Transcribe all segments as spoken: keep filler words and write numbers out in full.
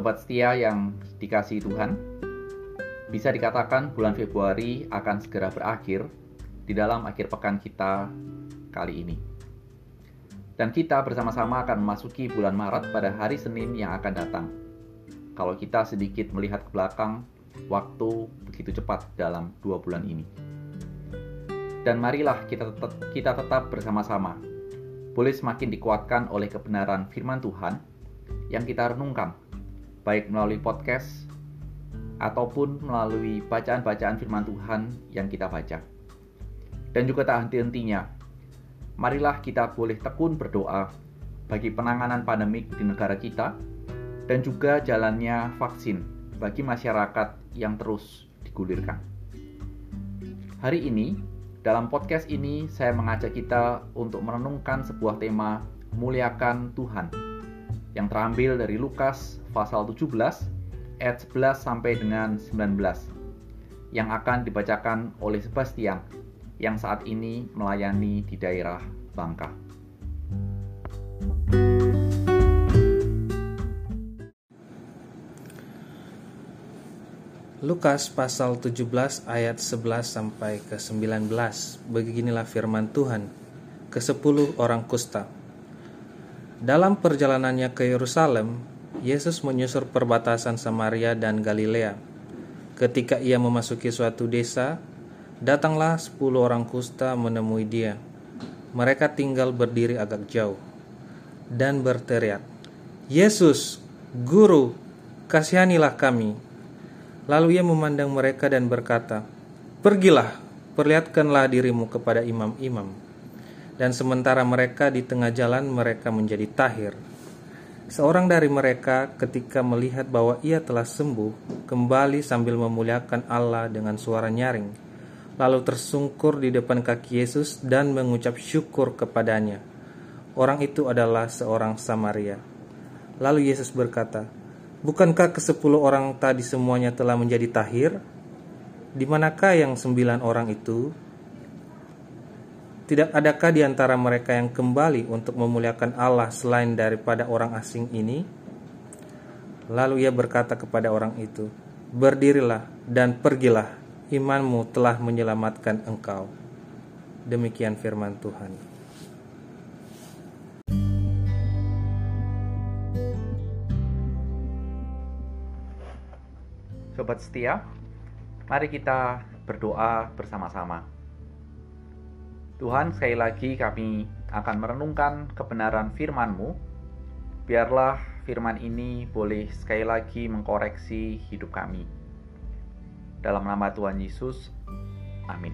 Sobat setia yang dikasihi Tuhan, bisa dikatakan bulan Februari akan segera berakhir di dalam akhir pekan kita kali ini. Dan kita bersama-sama akan memasuki bulan Maret pada hari Senin yang akan datang. Kalau kita sedikit melihat ke belakang, waktu begitu cepat dalam dua bulan ini. Dan marilah kita tetap, kita tetap bersama-sama, boleh semakin dikuatkan oleh kebenaran firman Tuhan yang kita renungkan, baik melalui podcast ataupun melalui bacaan-bacaan firman Tuhan yang kita baca. Dan juga tak henti-hentinya, marilah kita boleh tekun berdoa bagi penanganan pandemik di negara kita dan juga jalannya vaksin bagi masyarakat yang terus digulirkan. Hari ini, dalam podcast ini saya mengajak kita untuk merenungkan sebuah tema muliakan Tuhan yang terambil dari Lukas pasal tujuh belas ayat sebelas sampai dengan sembilan belas yang akan dibacakan oleh Sebastian yang saat ini melayani di daerah Bangka. Lukas pasal tujuh belas ayat sebelas sampai ke sembilan belas. Beginilah firman Tuhan. Kesepuluh orang kusta. Dalam perjalanannya ke Yerusalem, Yesus menyusur perbatasan Samaria dan Galilea. Ketika ia memasuki suatu desa, datanglah sepuluh orang kusta menemui dia. Mereka tinggal berdiri agak jauh dan berteriak, "Yesus, Guru, kasihanilah kami." Lalu ia memandang mereka dan berkata, "Pergilah, perlihatkanlah dirimu kepada imam-imam." Dan sementara mereka di tengah jalan, mereka menjadi tahir. Seorang dari mereka ketika melihat bahwa ia telah sembuh, kembali sambil memuliakan Allah dengan suara nyaring, lalu tersungkur di depan kaki Yesus dan mengucap syukur kepadanya. Orang itu adalah seorang Samaria. Lalu Yesus berkata, "Bukankah kesepuluh orang tadi semuanya telah menjadi tahir? Di manakah yang sembilan orang itu? Tidak adakah di antara mereka yang kembali untuk memuliakan Allah selain daripada orang asing ini?" Lalu ia berkata kepada orang itu, "Berdirilah dan pergilah, imanmu telah menyelamatkan engkau." Demikian firman Tuhan. Sobat setia, mari kita berdoa bersama-sama. Tuhan, sekali lagi kami akan merenungkan kebenaran firman-Mu. Biarlah firman ini boleh sekali lagi mengkoreksi hidup kami. Dalam nama Tuhan Yesus, amin.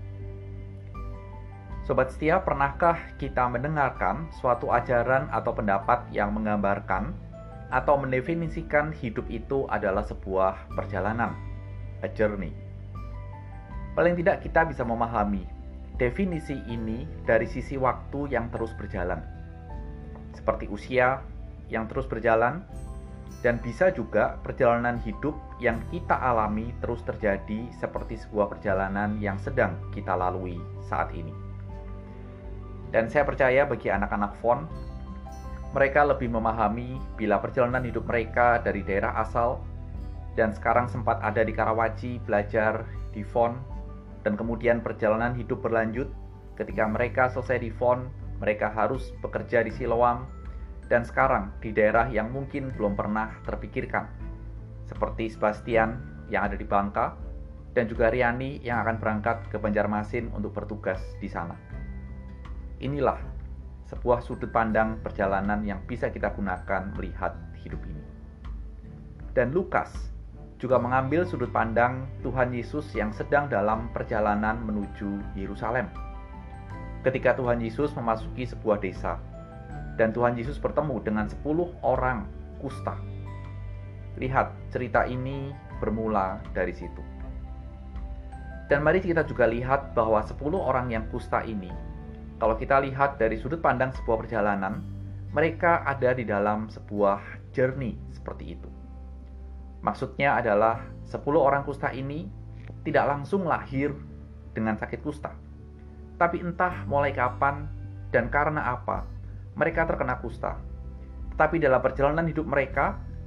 Sobat setia, pernahkah kita mendengarkan suatu ajaran atau pendapat yang menggambarkan atau mendefinisikan hidup itu adalah sebuah perjalanan, a journey? Paling tidak kita bisa memahami definisi ini dari sisi waktu yang terus berjalan, seperti usia yang terus berjalan, dan bisa juga perjalanan hidup yang kita alami terus terjadi seperti sebuah perjalanan yang sedang kita lalui saat ini. Dan saya percaya bagi anak-anak F O N, mereka lebih memahami bila perjalanan hidup mereka dari daerah asal dan sekarang sempat ada di Karawaci belajar di F O N, dan kemudian perjalanan hidup berlanjut. Ketika mereka selesai di F O N, mereka harus bekerja di Siloam, dan sekarang di daerah yang mungkin belum pernah terpikirkan, seperti Sebastian yang ada di Bangka, dan juga Riani yang akan berangkat ke Banjarmasin untuk bertugas di sana. Inilah sebuah sudut pandang perjalanan yang bisa kita gunakan melihat hidup ini. Dan Lukas juga mengambil sudut pandang Tuhan Yesus yang sedang dalam perjalanan menuju Yerusalem. Ketika Tuhan Yesus memasuki sebuah desa, dan Tuhan Yesus bertemu dengan sepuluh orang kusta. Lihat, cerita ini bermula dari situ. Dan mari kita juga lihat bahwa sepuluh orang yang kusta ini, kalau kita lihat dari sudut pandang sebuah perjalanan, mereka ada di dalam sebuah journey seperti itu. Maksudnya adalah sepuluh orang kusta ini tidak langsung lahir dengan sakit kusta. Tapi entah mulai kapan dan karena apa mereka terkena kusta. Tapi dalam perjalanan hidup mereka,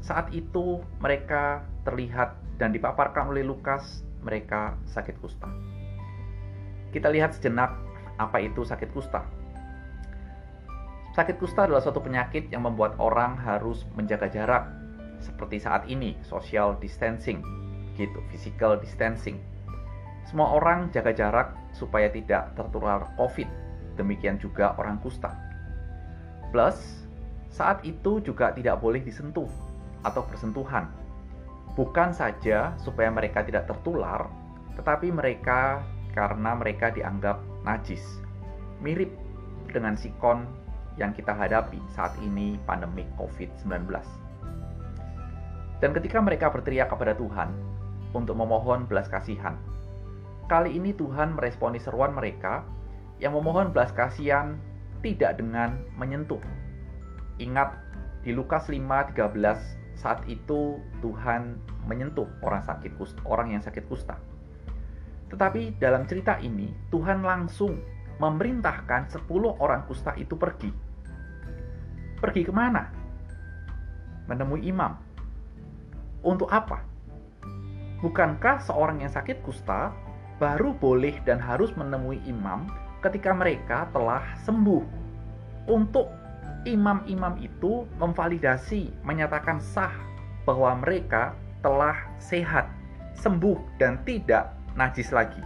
Saat itu mereka terlihat dan dipaparkan oleh Lukas, mereka sakit kusta. Kita lihat sejenak apa itu sakit kusta. Sakit kusta adalah suatu penyakit yang membuat orang harus menjaga jarak, seperti saat ini, social distancing, gitu, physical distancing. Semua orang jaga jarak supaya tidak tertular COVID, demikian juga orang kusta. Plus, saat itu juga tidak boleh disentuh atau bersentuhan. Bukan saja supaya mereka tidak tertular, tetapi mereka karena mereka dianggap najis. Mirip dengan sikon yang kita hadapi saat ini, pandemi covid sembilan belas. Dan ketika mereka berteriak kepada Tuhan untuk memohon belas kasihan, kali ini Tuhan meresponi seruan mereka yang memohon belas kasihan tidak dengan menyentuh. Ingat di Lukas lima tiga belas, saat itu Tuhan menyentuh orang sakit kusta, orang yang sakit kusta. Tetapi dalam cerita ini Tuhan langsung memerintahkan sepuluh orang kusta itu pergi. Pergi kemana? Menemui imam. Untuk apa? Bukankah seorang yang sakit kusta baru boleh dan harus menemui imam ketika mereka telah sembuh? Untuk imam-imam itu memvalidasi, menyatakan sah bahwa mereka telah sehat, sembuh, dan tidak najis lagi.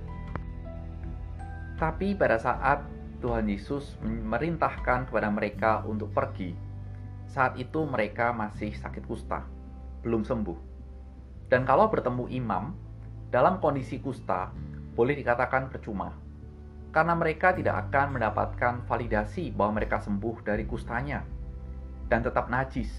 Tapi pada saat Tuhan Yesus memerintahkan kepada mereka untuk pergi, saat itu mereka masih sakit kusta, belum sembuh. Dan kalau bertemu imam dalam kondisi kusta, boleh dikatakan percuma, karena mereka tidak akan mendapatkan validasi bahwa mereka sembuh dari kustanya dan tetap najis.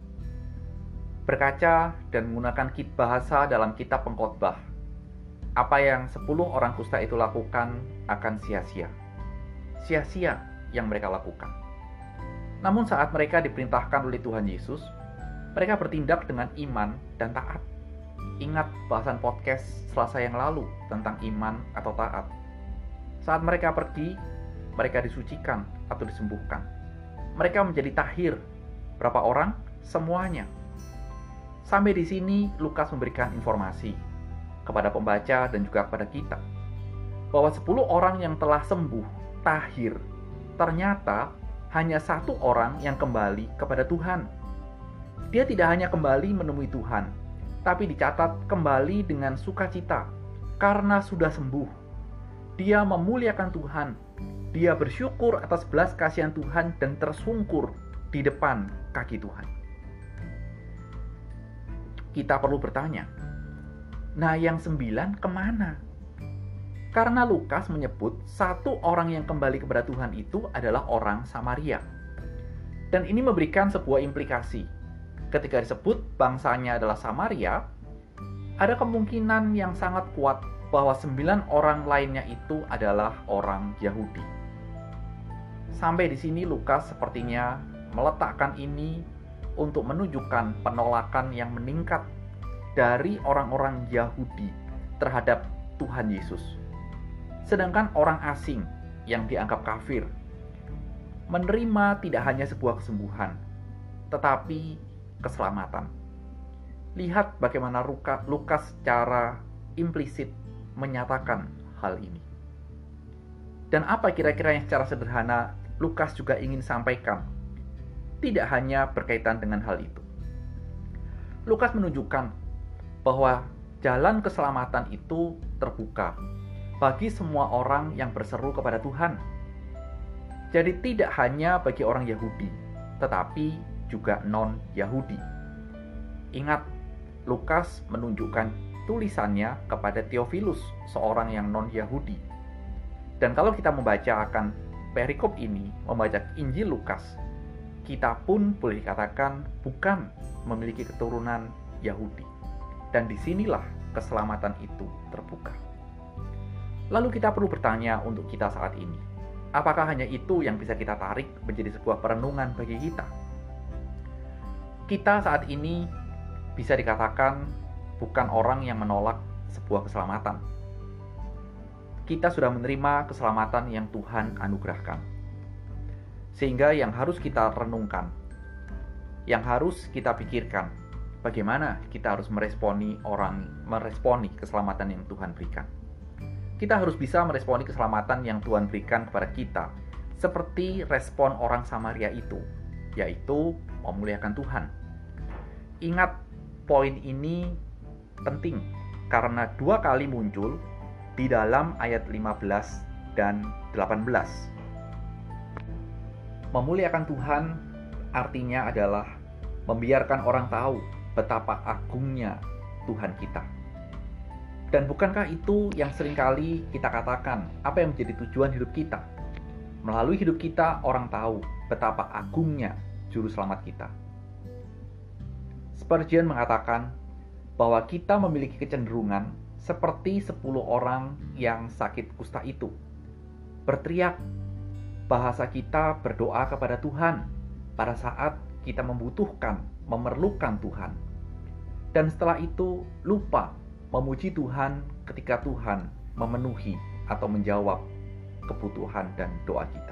Berkaca dan menggunakan kit bahasa dalam kitab Pengkhotbah, apa yang sepuluh orang kusta itu lakukan akan sia-sia. Sia-sia yang mereka lakukan. Namun saat mereka diperintahkan oleh Tuhan Yesus, mereka bertindak dengan iman dan taat. Ingat bahasan podcast Selasa yang lalu tentang iman atau taat. Saat mereka pergi, mereka disucikan atau disembuhkan. Mereka menjadi tahir. Berapa orang? Semuanya. Sampai di sini Lukas memberikan informasi kepada pembaca dan juga kepada kita bahwa sepuluh orang yang telah sembuh, tahir, ternyata hanya satu orang yang kembali kepada Tuhan. Dia tidak hanya kembali menemui Tuhan, tapi dicatat kembali dengan sukacita karena sudah sembuh. Dia memuliakan Tuhan, dia bersyukur atas belas kasihan Tuhan dan tersungkur di depan kaki Tuhan. Kita perlu bertanya, nah yang sembilan kemana? Karena Lukas menyebut satu orang yang kembali kepada Tuhan itu adalah orang Samaria. Dan ini memberikan sebuah implikasi. Ketika disebut bangsanya adalah Samaria, ada kemungkinan yang sangat kuat bahwa sembilan orang lainnya itu adalah orang Yahudi. Sampai di sini Lukas sepertinya meletakkan ini untuk menunjukkan penolakan yang meningkat dari orang-orang Yahudi terhadap Tuhan Yesus. Sedangkan orang asing yang dianggap kafir menerima tidak hanya sebuah kesembuhan, tetapi keselamatan. Lihat bagaimana Lukas secara implisit menyatakan hal ini. Dan apa kira-kira yang secara sederhana Lukas juga ingin sampaikan? Tidak hanya berkaitan dengan hal itu. Lukas menunjukkan bahwa jalan keselamatan itu terbuka bagi semua orang yang berseru kepada Tuhan. Jadi tidak hanya bagi orang Yahudi, tetapi juga non-Yahudi. Ingat, Lukas menunjukkan tulisannya kepada Theophilus, seorang yang non-Yahudi. Dan kalau kita membaca akan perikop ini, membaca Injil Lukas, kita pun boleh dikatakan bukan memiliki keturunan Yahudi. Dan disinilah keselamatan itu terbuka. Lalu kita perlu bertanya untuk kita saat ini, apakah hanya itu yang bisa kita tarik menjadi sebuah perenungan bagi kita? Kita saat ini bisa dikatakan bukan orang yang menolak sebuah keselamatan. Kita sudah menerima keselamatan yang Tuhan anugerahkan. Sehingga yang harus kita renungkan, yang harus kita pikirkan. Bagaimana kita harus meresponi orang, meresponi keselamatan yang Tuhan berikan. Kita harus bisa meresponi keselamatan yang Tuhan berikan kepada kita, seperti respon orang Samaria itu, yaitu memuliakan Tuhan. Ingat, poin ini penting karena dua kali muncul di dalam ayat lima belas dan delapan belas. Memuliakan Tuhan artinya adalah membiarkan orang tahu betapa agungnya Tuhan kita. Dan bukankah itu yang seringkali kita katakan, apa yang menjadi tujuan hidup kita? Melalui hidup kita, orang tahu betapa agungnya Juru Selamat kita. Spurgeon mengatakan bahwa kita memiliki kecenderungan seperti sepuluh orang yang sakit kusta itu. Berteriak, bahasa kita berdoa kepada Tuhan pada saat kita membutuhkan, memerlukan Tuhan. Dan setelah itu lupa memuji Tuhan ketika Tuhan memenuhi atau menjawab kebutuhan dan doa kita.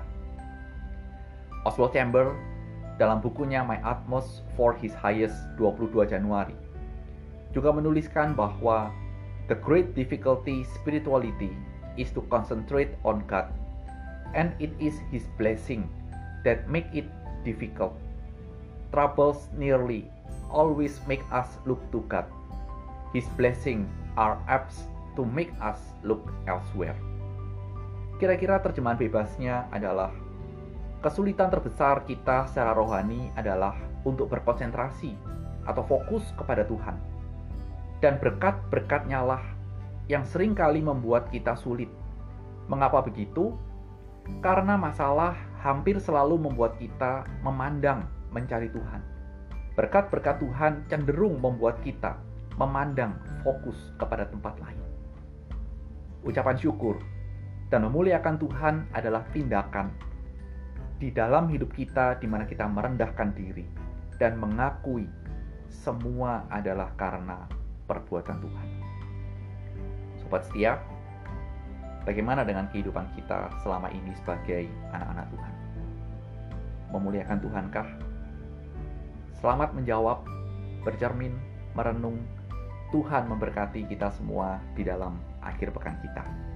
Oswald Chambers dalam bukunya My Utmost for His Highest dua puluh dua Januari juga menuliskan bahwa the great difficulty spirituality is to concentrate on God, and it is His blessing that make it difficult. Troubles nearly always make us look to God. His blessings are apt to make us look elsewhere. Kira-kira terjemahan bebasnya adalah, kesulitan terbesar kita secara rohani adalah untuk berkonsentrasi atau fokus kepada Tuhan. Dan berkat-berkatnya lah yang seringkali membuat kita sulit. Mengapa begitu? Karena masalah hampir selalu membuat kita memandang mencari Tuhan. Berkat-berkat Tuhan cenderung membuat kita memandang fokus kepada tempat lain. Ucapan syukur dan memuliakan Tuhan adalah tindakan di dalam hidup kita di mana kita merendahkan diri dan mengakui semua adalah karena perbuatan Tuhan. Sobat setia, bagaimana dengan kehidupan kita selama ini sebagai anak-anak Tuhan? Memuliakan Tuhankah? Selamat menjawab, bercermin, merenung. Tuhan memberkati kita semua di dalam akhir pekan kita.